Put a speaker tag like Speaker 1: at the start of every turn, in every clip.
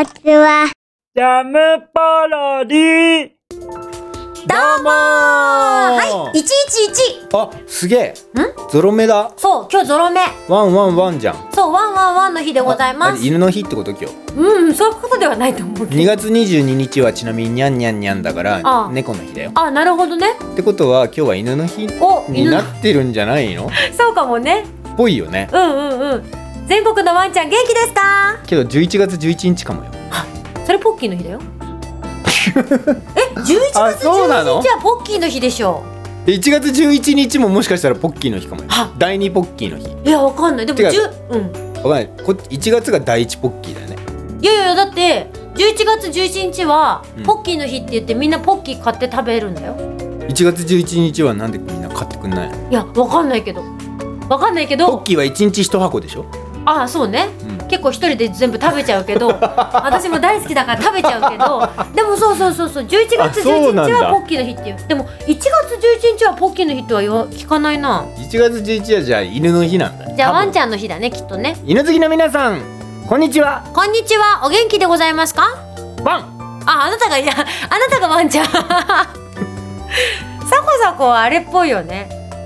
Speaker 1: ちは。
Speaker 2: ジャムパロディ。
Speaker 3: どうもー。はい、111。
Speaker 4: あ、すげえ。ゾロ目だ。
Speaker 3: そう、今日ゾロ目。
Speaker 4: ワンワンワンじゃん。
Speaker 3: そう、ワンワンワンの日でございます。
Speaker 4: 犬の日ってこと今日。
Speaker 3: そういうことではないと思うけど。
Speaker 4: 2月22日はちなみにニャンニャンニャンだから猫の日だよ。
Speaker 3: あ、なるほどね。
Speaker 4: ってことは今日は犬の日になってるんじゃないの？
Speaker 3: そうかもね。
Speaker 4: ぽいよね。
Speaker 3: 全国のワンちゃん元気ですか？
Speaker 4: けど11月11日かもよ。
Speaker 3: それポッキーの日だよ。11月11日はポッキーの日でしょ。
Speaker 4: 1月11日ももしかしたらポッキーの日かもよ。第2ポッキーの日。
Speaker 3: いや、わかんない。でも
Speaker 4: わかんない。1月が第1ポッキーだよね。
Speaker 3: いやだって11月11日はポッキーの日って言ってみんなポッキー買って食べるんだよ。
Speaker 4: 1月11日はなんでみんな買ってくんないの？
Speaker 3: いや、わかんないけど。ポ
Speaker 4: ッキーは1日1箱でしょ？
Speaker 3: ああ、そうね。結構一人で全部食べちゃうけど私も大好きだから食べちゃうけどでもそう11月11日はポッキーの日っていう。でも1月11日はポッキーの日とは聞かないな。
Speaker 4: 1月11日はじゃあ犬の日なんだ。
Speaker 3: じゃあワンちゃんの日だね、きっとね。
Speaker 4: 犬好きの皆さん、こんにちは。
Speaker 3: こんにちは。お元気でございますか？
Speaker 4: ワン。
Speaker 3: あなたがワンちゃんサコサコはあれっぽいよね。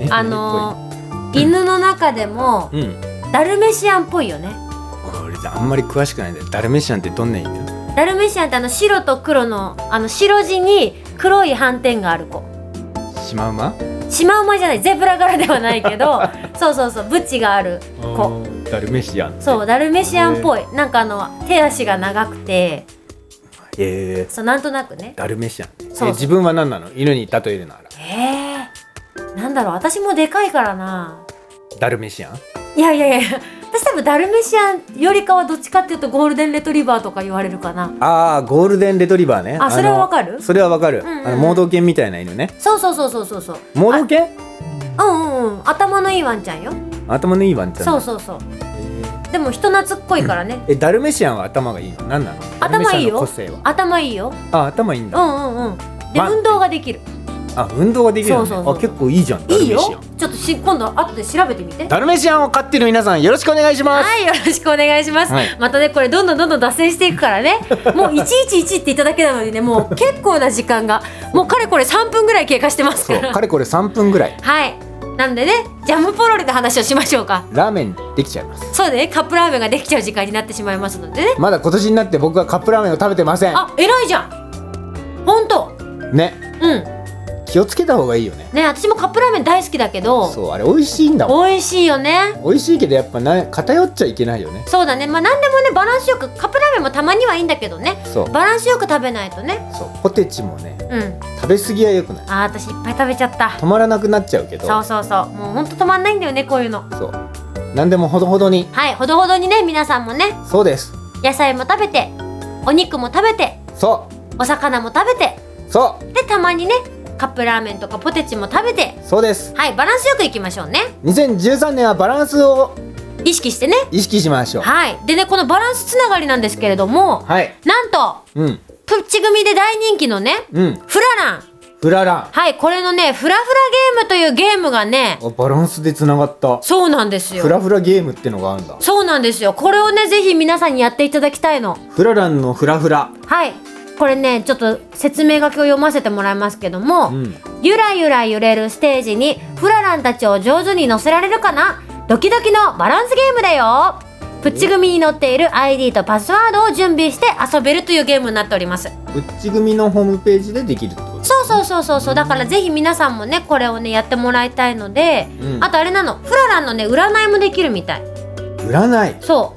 Speaker 3: 犬の中でもダルメシアンっぽいよね。
Speaker 4: 俺あんまり詳しくないんだよ。ダルメシアンってどんな犬？
Speaker 3: ダルメシアンって白と黒の白地に黒い斑点がある子。
Speaker 4: シマウマ？
Speaker 3: シマウマじゃない、ゼブラ柄ではないけどそうブチがある子。
Speaker 4: ダルメシアン。
Speaker 3: そう、ダルメシアンっぽい。なんか手足が長くて、そうなんとなくね。
Speaker 4: ダルメシアン。自分は何なの？犬に例えるなら。
Speaker 3: なんだろう、私もでかいからな。
Speaker 4: ダルメシアン？
Speaker 3: いや私多分ダルメシアンよりかはどっちかっていうとゴールデンレトリバーとか言われるかな。
Speaker 4: ああ、ゴールデンレトリバーね。
Speaker 3: それはわかる？
Speaker 4: それはわかる。盲導犬みたいな犬ね。
Speaker 3: そう
Speaker 4: 盲導犬？
Speaker 3: 頭のいいワンちゃんよ。
Speaker 4: 頭のいいワンちゃん。
Speaker 3: そうでも人懐っこいからね。
Speaker 4: ダルメシアンは頭がいいの？何なの？
Speaker 3: 頭いいよ。頭いいよ。
Speaker 4: 頭いいんだ。
Speaker 3: で運動ができる。
Speaker 4: 運動ができるのね。結構いいじゃん。
Speaker 3: いいよ。ちょっと今度後で調べてみて。
Speaker 4: ダルメシアンを飼ってる皆さん、よろしくお願いします。
Speaker 3: はい、よろしくお願いします。またね、これどんどん脱線していくからね。もう111って言っただけなのにね、もう結構な時間がもうかれこれ3分ぐらい経過してますから。
Speaker 4: かれこれ3分ぐらい。
Speaker 3: はい。なんでね、ジャムポロリの話をしましょうか。
Speaker 4: ラーメンできちゃいます。
Speaker 3: そうでね、カップラーメンができちゃう時間になってしまいますのでね。
Speaker 4: まだ今年になって僕はカップラーメンを食べてません。
Speaker 3: 偉いじゃん。本当。
Speaker 4: ね。気をつけた方がいいよね。
Speaker 3: 私もカップラーメン大好きだけど。
Speaker 4: そう、あれ美味しいんだもん。
Speaker 3: 美味しいよね。
Speaker 4: 美味しいけどやっぱ偏っちゃいけないよね。
Speaker 3: そうだね。まあ何でもね、バランスよく、カップラーメンもたまにはいいんだけどね。バランスよく食べないとね。
Speaker 4: そう、ポテチもね、食べ過ぎは良くない。
Speaker 3: 私いっぱい食べちゃった。
Speaker 4: 止まらなくなっちゃうけど。
Speaker 3: そうもうほんと止まんないんだよね、こういうの。
Speaker 4: そう、何でもほどほどに。
Speaker 3: はい、ほどほどにね、皆さんもね。
Speaker 4: そうです。
Speaker 3: 野菜も食べて、お肉も食べて、お魚も食べて、でたまにね、カップラーメンとかポテチも食べて。
Speaker 4: そうです。
Speaker 3: はい、バランスよくいきましょうね。
Speaker 4: 2013年はバランスを
Speaker 3: 意識してね。
Speaker 4: 意識しましょう。
Speaker 3: はい。でね、このバランスつながりなんですけれども、なんと、プッチ組で大人気のね、フララン。はい、これのね、フラフラゲームというゲームがね、
Speaker 4: バランスでつながった。
Speaker 3: そうなんですよ。
Speaker 4: フラフラゲームってのがあるんだ。
Speaker 3: そうなんですよ。これをね、ぜひ皆さんにやっていただきたいの。
Speaker 4: フラランのフラフラ。
Speaker 3: はい。これね、ちょっと説明書きを読ませてもらいますけども、ゆらゆら揺れるステージにフラランたちを上手に乗せられるかな、ドキドキのバランスゲームだよ。プッチ組に載っている ID とパスワードを準備して遊べるというゲームになっております。
Speaker 4: プッチ組のホームページでできるってこと？
Speaker 3: そうだからぜひ皆さんもね、これをねやってもらいたいので、あとあれなの、フラランのね占いもできるみたい。
Speaker 4: 占い？
Speaker 3: そう。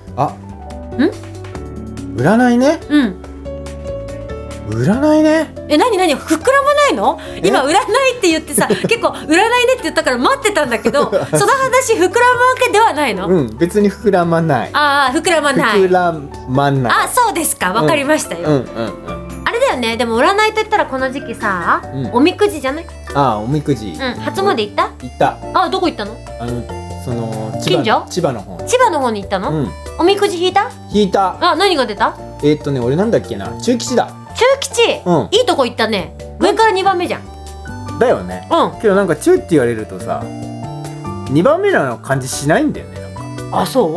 Speaker 4: 占いね。占いね。
Speaker 3: 何膨らまないの？今占いって言ってさ結構占いねって言ったから待ってたんだけどその話膨らむわけではないの？
Speaker 4: 別に膨らまない。
Speaker 3: 膨らまない。
Speaker 4: 膨らまない。
Speaker 3: そうですか、わかりましたよ。あれだよね。でも占いと言ったらこの時期さ、おみくじじゃない？
Speaker 4: おみくじ。
Speaker 3: 初詣行った？
Speaker 4: 行った。
Speaker 3: どこ行ったの？
Speaker 4: 近所？千葉の方。
Speaker 3: 千葉の方に行ったの？おみくじ引いた？
Speaker 4: 引いた。
Speaker 3: 何が出た？
Speaker 4: 俺なんだっけな、中吉だ。
Speaker 3: 中吉、いいとこ行ったね。上から2番目じゃん。
Speaker 4: だよね。けどなんか中って言われるとさ、2番目の感じしないんだよね。なんか。
Speaker 3: そう？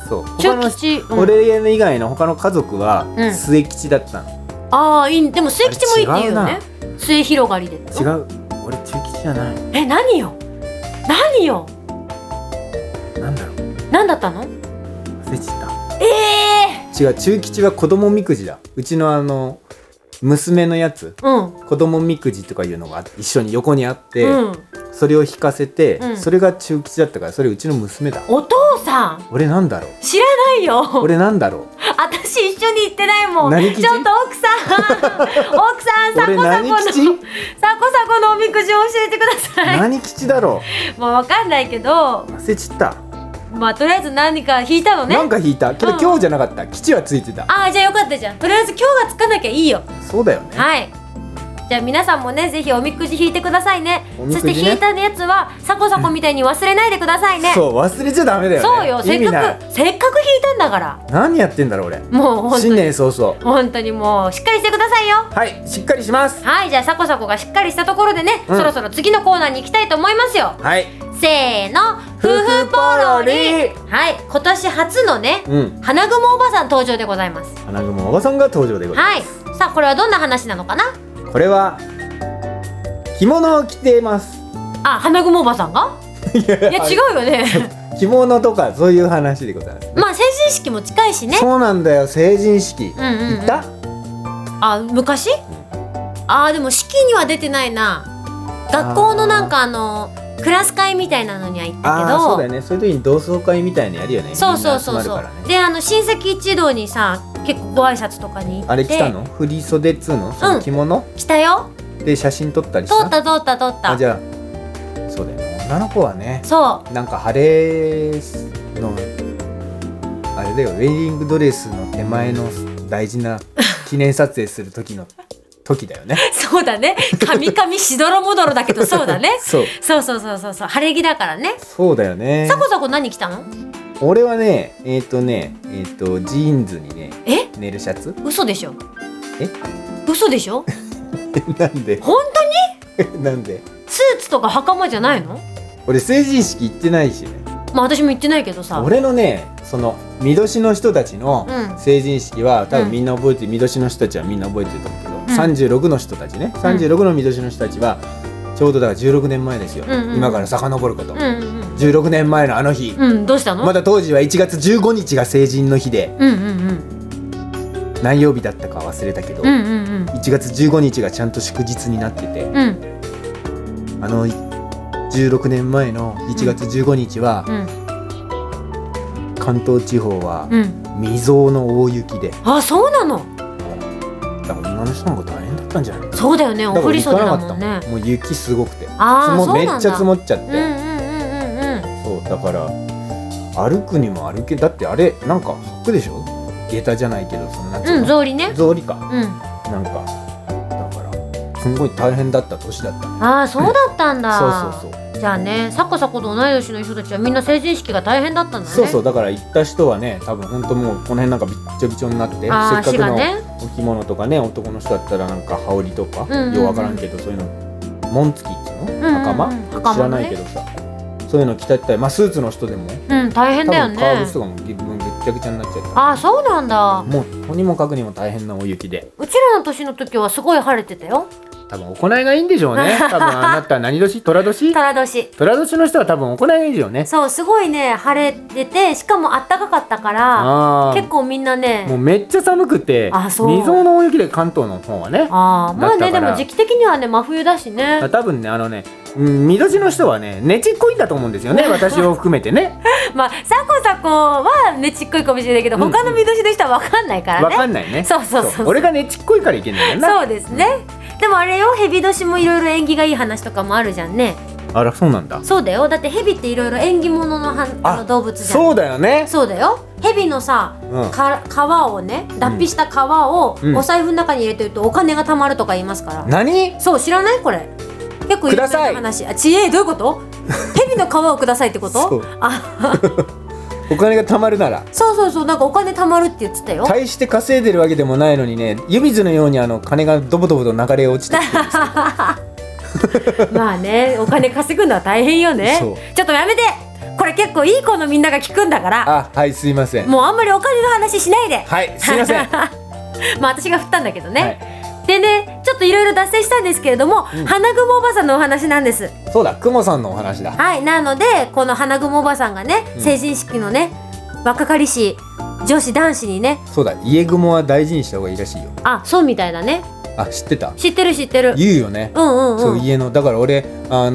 Speaker 4: そう
Speaker 3: 中
Speaker 4: 他の
Speaker 3: 吉、
Speaker 4: 俺以外の他の家族は
Speaker 3: うん
Speaker 4: 末吉だったの、
Speaker 3: ああいい、でも末吉もいいって言うよね。末広がりで。
Speaker 4: 違う、俺中吉じゃない。
Speaker 3: え、何よ何よ、
Speaker 4: なんだろう、
Speaker 3: 何だったの？
Speaker 4: 忘れちゃった。
Speaker 3: え
Speaker 4: 違う、中吉は子供みくじだ。うちの娘のやつ、
Speaker 3: うん
Speaker 4: 子供みくじとかいうのが一緒に横にあって、
Speaker 3: うん、
Speaker 4: それを引かせて、
Speaker 3: うん
Speaker 4: それが中吉だったから、それうちの娘だ。
Speaker 3: お父さん
Speaker 4: 俺なんだろう、
Speaker 3: 知らないよ。
Speaker 4: 俺なんだろう、
Speaker 3: 私一緒に行ってないもん。
Speaker 4: 何吉
Speaker 3: ちょっと奥さん奥さん、サ
Speaker 4: 俺
Speaker 3: コサコの
Speaker 4: 何吉
Speaker 3: サコサコのおみくじを教えてください。
Speaker 4: 何吉だろ
Speaker 3: まあわかんないけど、
Speaker 4: う、忘れちゃった、
Speaker 3: まあとりあえず何か引いたのね。
Speaker 4: なんか引いたけど、
Speaker 3: うん
Speaker 4: 今日じゃなかった。吉はついてた。
Speaker 3: ああ、じゃあよかったじゃん。とりあえず今日がつかなきゃいいよ。
Speaker 4: そうだよね。
Speaker 3: はい。じゃあ皆さんもね、ぜひおみくじ引いてくださいね。
Speaker 4: おみくじね
Speaker 3: そして引いたやつはサコサコみたいに忘れないでくださいね。
Speaker 4: そう、忘れちゃダメだよね。
Speaker 3: そうよ、せっか
Speaker 4: 意味ない。
Speaker 3: く引いたんだから。
Speaker 4: 何やってんだろう俺。
Speaker 3: もう本当
Speaker 4: 新
Speaker 3: に
Speaker 4: 年早々。
Speaker 3: 本当にもうしっかりしてくださいよ。
Speaker 4: はい、しっかりします。
Speaker 3: はい、じゃあサコサコがしっかりしたところでね、
Speaker 4: うん
Speaker 3: そろそろ次のコーナーに行きたいと思いますよ。
Speaker 4: はい。
Speaker 3: せーの、ふふポロリ。はい、今年初のね、
Speaker 4: うん。
Speaker 3: 花雲おばさん登場でございます。
Speaker 4: 花雲おばさんが登場でござい
Speaker 3: はい、さあこれはどんな話なのかな。
Speaker 4: ます。これは着物を着ています。
Speaker 3: あ、花雲おばさんが
Speaker 4: いや
Speaker 3: いや違うよね。
Speaker 4: 着物とかそういう話でございますね。
Speaker 3: まあ成人式も近いしね。
Speaker 4: そうなんだよ、成人式。
Speaker 3: うんうんうん
Speaker 4: 行った？
Speaker 3: あ、昔？あ、でも式には出てないな。学校のなんかクラス会みたいなのには行ったけど。
Speaker 4: そうだよね。そういう時に同窓会みたいなのやるよね。
Speaker 3: そうそうそうそう。
Speaker 4: みんな集まるからね。
Speaker 3: で親戚一同にさ、結構ご挨拶とかに行って。
Speaker 4: あれ着たの？振り袖っつうの？その着物？
Speaker 3: 来たよ。
Speaker 4: で写真撮ったりした？
Speaker 3: 通った
Speaker 4: あ、じゃあそうだよね。女の子はね、
Speaker 3: そ
Speaker 4: なんか晴れのあれだよ、ウェディングドレスの手前の大事な記念撮影する時の時だよね。
Speaker 3: うそうだね。カミカミしどろもどろだけどそうだね。
Speaker 4: そう
Speaker 3: そう晴れ着だからね。
Speaker 4: そうだよね。
Speaker 3: サコサコ何着たの？
Speaker 4: 俺はねジーンズにね
Speaker 3: え？
Speaker 4: ネルシャツ。
Speaker 3: 嘘でしょ？
Speaker 4: え？
Speaker 3: 嘘でしょ？
Speaker 4: なんで
Speaker 3: 本当に？
Speaker 4: なんで
Speaker 3: スーツとか袴じゃないの？
Speaker 4: 俺成人式行ってないしね。
Speaker 3: まあ私も言ってないけどさ。
Speaker 4: 俺のねその見年の人たちの
Speaker 3: うん
Speaker 4: 成人式は多分みんな覚えてる、見年の人たちはみんな覚えてると思うけど、36の人たちね、36の見年の人たちはちょうどだから16年前ですよ、
Speaker 3: うんうん
Speaker 4: 今から遡ること、
Speaker 3: うんうん
Speaker 4: 16年前のあの日、
Speaker 3: うん。どうしたの？
Speaker 4: まだ当時は1月15日が成人の日で、
Speaker 3: うんうんうん
Speaker 4: 何曜日だったか忘れたけど、
Speaker 3: うんうん
Speaker 4: 1月15日がちゃんと祝日になってて、
Speaker 3: うん
Speaker 4: あの16年前の1月15日は、
Speaker 3: うん
Speaker 4: 関東地方は
Speaker 3: うん。
Speaker 4: 未曾有の大雪で、
Speaker 3: あ、そうなの？
Speaker 4: だから女の人なんか大変だったんじゃない？
Speaker 3: そうだよね。お振り袖だもんね
Speaker 4: だから行かなかった。もんもう雪すごくて、
Speaker 3: ああ、
Speaker 4: もうめ
Speaker 3: そうなんだ。
Speaker 4: っちゃ積もっちゃって、
Speaker 3: うんうんうんうん
Speaker 4: そうだから歩くにも歩け、だってあれなんか履くでしょ、下駄じゃないけど、そのなんつ
Speaker 3: うん。うん、
Speaker 4: うの、
Speaker 3: 草履ね。
Speaker 4: 草履か、
Speaker 3: うん。
Speaker 4: なんかだからすんごい大変だった年だったね。
Speaker 3: ああ、そうだったんだ。
Speaker 4: そうそうそう
Speaker 3: じゃあね、サコサコと同い年の人たちはみんな成人式が大変だったんだね。
Speaker 4: そうそう、だから行った人はね多分本当もうこの辺なんかびっちょびちょになって、せっ
Speaker 3: あー
Speaker 4: かくの
Speaker 3: 足がね
Speaker 4: お着物とかね、男の人だったらなんか羽織とか、
Speaker 3: うんうんうん
Speaker 4: ようわからんけどそういうの紋付きっていうの、
Speaker 3: うんうんうん
Speaker 4: 袴、
Speaker 3: 袴ね
Speaker 4: 知らないけどさ、そういうの着たったり、まあスーツの人でも
Speaker 3: うん、大変だよ
Speaker 4: 多分革
Speaker 3: ね
Speaker 4: 靴とかもぐっちゃぐちゃになっちゃった。
Speaker 3: ああ、そうなんだ。
Speaker 4: もうとにもかくにも大変な大雪で、
Speaker 3: うちらの年の時はすごい晴れてたよ。
Speaker 4: 多分行いがいいんでしょうね。多分あなた何年？寅年？
Speaker 3: 寅年。
Speaker 4: 寅年の人は多分行いがいいでしょうね。
Speaker 3: そう、すごいね、晴れてて、しかもあったかかったから、
Speaker 4: あ
Speaker 3: 結構みんなね、
Speaker 4: もうめっちゃ寒くて、
Speaker 3: あそう
Speaker 4: 未曾有の大雪で関東の方はね。
Speaker 3: ああ、まあね、
Speaker 4: だったから
Speaker 3: でも時期的にはね、真冬だしね。
Speaker 4: 多分ね見年の人はねねちっこいんだと思うんですよね、私を含めてね。
Speaker 3: まあ、サコサコはねちっこいかもしれないけど、
Speaker 4: うん
Speaker 3: 他の見年の人は分かんないからね。
Speaker 4: わかんないね。
Speaker 3: そうそうそう
Speaker 4: 俺がねちっこいからいけないんだよな。
Speaker 3: そうですね。でもあれよ、ヘビ年もいろいろ縁起がいい話とかもあるじゃんね。
Speaker 4: あら、そうなんだ。
Speaker 3: そうだよ。だってヘビっていろいろ縁起物の動物じゃん。
Speaker 4: そうだよね。
Speaker 3: そうだよ。ヘビのさ、
Speaker 4: うん
Speaker 3: 皮をね、脱皮した皮を
Speaker 4: うん
Speaker 3: お財布の中に入れてるとお金が貯まるとか言いますから。
Speaker 4: 何？
Speaker 3: そう、知らないこれ。結構有名
Speaker 4: ください
Speaker 3: な話。あ、どういうこと？ヘビの皮をくださいってこと？
Speaker 4: そう
Speaker 3: あ、
Speaker 4: お金が貯まるなら。
Speaker 3: そう、なんかお金貯まるって言ってたよ。
Speaker 4: 大して稼いでるわけでもないのにね、湯水のように金がドボドボと流れ落ちてきてるんですよ。
Speaker 3: まあね、お金稼ぐのは大変よね。
Speaker 4: そう
Speaker 3: ちょっとやめて。 これ結構いい子のみんなが聞くんだから、
Speaker 4: あ、はい、すいません。
Speaker 3: もうあんまりお金の話しないで。
Speaker 4: はい、すいません。
Speaker 3: まあ私が振ったんだけどね、
Speaker 4: はい、
Speaker 3: でね、ちょっといろいろ脱線したんですけれども、花雲おばさんのお話なんです。
Speaker 4: そうだ、くもさんのお話だ。
Speaker 3: はい、なのでこの花雲おばさんがね、成人式のね、若かりし女子男子にね、
Speaker 4: そうだ、家雲は大事にした方がいいらしいよ。
Speaker 3: あ、そうみたいだね。
Speaker 4: あ、知ってた？
Speaker 3: 知ってる知ってる。
Speaker 4: 言うよね。そう、家の、だから俺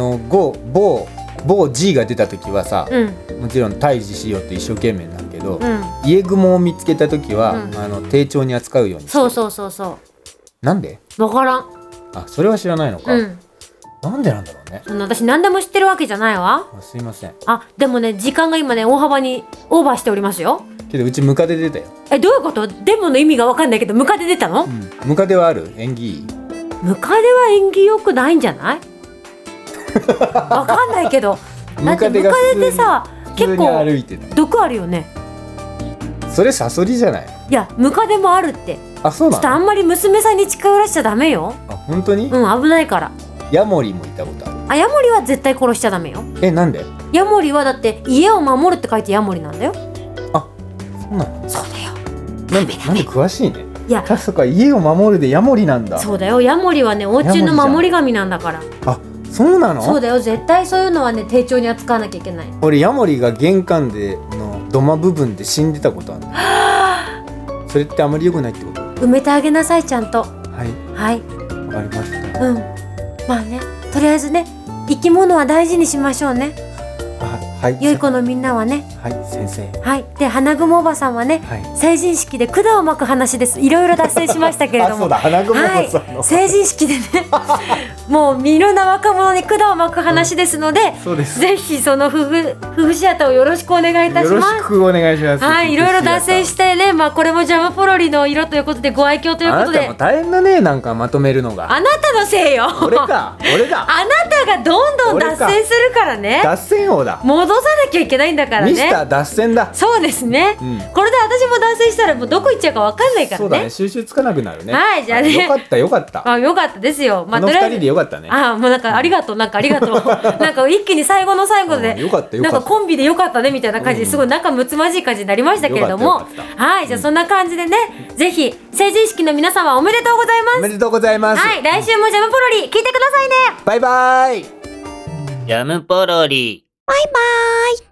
Speaker 4: 某 G が出た時はさ、もちろん退治しようって一生懸命なんだけど、家雲を見つけた時は、丁重に扱うようにして。
Speaker 3: そう
Speaker 4: なんで？
Speaker 3: わからん。
Speaker 4: あ、それは知らないのか。なんでなんだろうね。
Speaker 3: 私何でも知ってるわけじゃないわ。
Speaker 4: すいません。
Speaker 3: あ、でもね、時間が今ね大幅にオーバーしておりますよ。
Speaker 4: けどうちムカデ出たよ。
Speaker 3: どういうこと？でもの意味がわかんないけど、ムカデ出たの？
Speaker 4: ムカデはある？縁起いい？
Speaker 3: ムカデは縁起良くないんじゃない？わかんないけど。だってムカデってさ、結構毒あるよね。
Speaker 4: それサソリじゃない？
Speaker 3: いや、ムカデもあるって。
Speaker 4: あ、そうなの？
Speaker 3: ちょっとあんまり娘さんに近寄らしちゃダメよ。
Speaker 4: あ、本当に？
Speaker 3: 危ないから。
Speaker 4: ヤモリもいたことある。
Speaker 3: あ、ヤモリは絶対殺しちゃダメよ。
Speaker 4: なんで？
Speaker 3: ヤモリはだって家を守るって書いてヤモリなんだよ。
Speaker 4: あ、そうなの？
Speaker 3: そうだよ。
Speaker 4: なんで詳しいね。
Speaker 3: いや、
Speaker 4: 確か家を守るでヤモリなんだ。
Speaker 3: そうだよ、ヤモリはね、お家の守り神なんだから。
Speaker 4: あ、そうなの？
Speaker 3: そうだよ、絶対そういうのはね、丁重に扱わなきゃいけない。
Speaker 4: 俺ヤモリが玄関での土間部分で死んでたことある。それってあまり良くないってこと？
Speaker 3: 埋めてあげなさい、ちゃんと。
Speaker 4: はい
Speaker 3: はい、
Speaker 4: わかりました。
Speaker 3: まあね、とりあえずね、生き物は大事にしましょうね。
Speaker 4: はい、
Speaker 3: 良い子のみんなはね。
Speaker 4: はい、先生。
Speaker 3: はい、で花雲おばさんはね、成人式で管を巻く話です。いろいろ脱線しましたけれども、
Speaker 4: そうだ、花雲おばさんの、
Speaker 3: 成人式でねもういろんな若者に管を巻く話ですので、ぜひその夫婦シアターをよろしくお願いいたします。
Speaker 4: よろしくお願いします。
Speaker 3: はい、いろいろ脱線してね、まあこれもジャムポロリの色ということでご愛嬌ということで。
Speaker 4: あなたも大変だね、なんかまとめるのが。
Speaker 3: あなたのせいよ。
Speaker 4: 俺だ。
Speaker 3: あなたがどんどん脱線するからね。
Speaker 4: 脱線王だ。
Speaker 3: 戻さなきゃいけないんだからね。
Speaker 4: ミスター脱線だ。
Speaker 3: そうですね。これで私も脱線したらもうどこ行っちゃうかわかんないからね。
Speaker 4: そうだね、収集つかなくなるね。
Speaker 3: はい、じゃあね。
Speaker 4: よかったよかった。
Speaker 3: あ、よかったですよ。
Speaker 4: まあ、この二人でよかったね。
Speaker 3: あ、もうなんかありがとう、なんかありがとう。なんか一気に最後の最後で、
Speaker 4: よかったよかった。
Speaker 3: なんかコンビでよかったねみたいな感じですごい仲睦まじい感じになりましたけれども、はい、じゃあそんな感じでね、ぜひ成人式の皆様おめでとうございます。
Speaker 4: おめでとうございます。
Speaker 3: はい、来週もジャムポロリ聞いてくださいね。
Speaker 4: バイバイ。
Speaker 2: ジャムポロリ。
Speaker 3: バイバイ。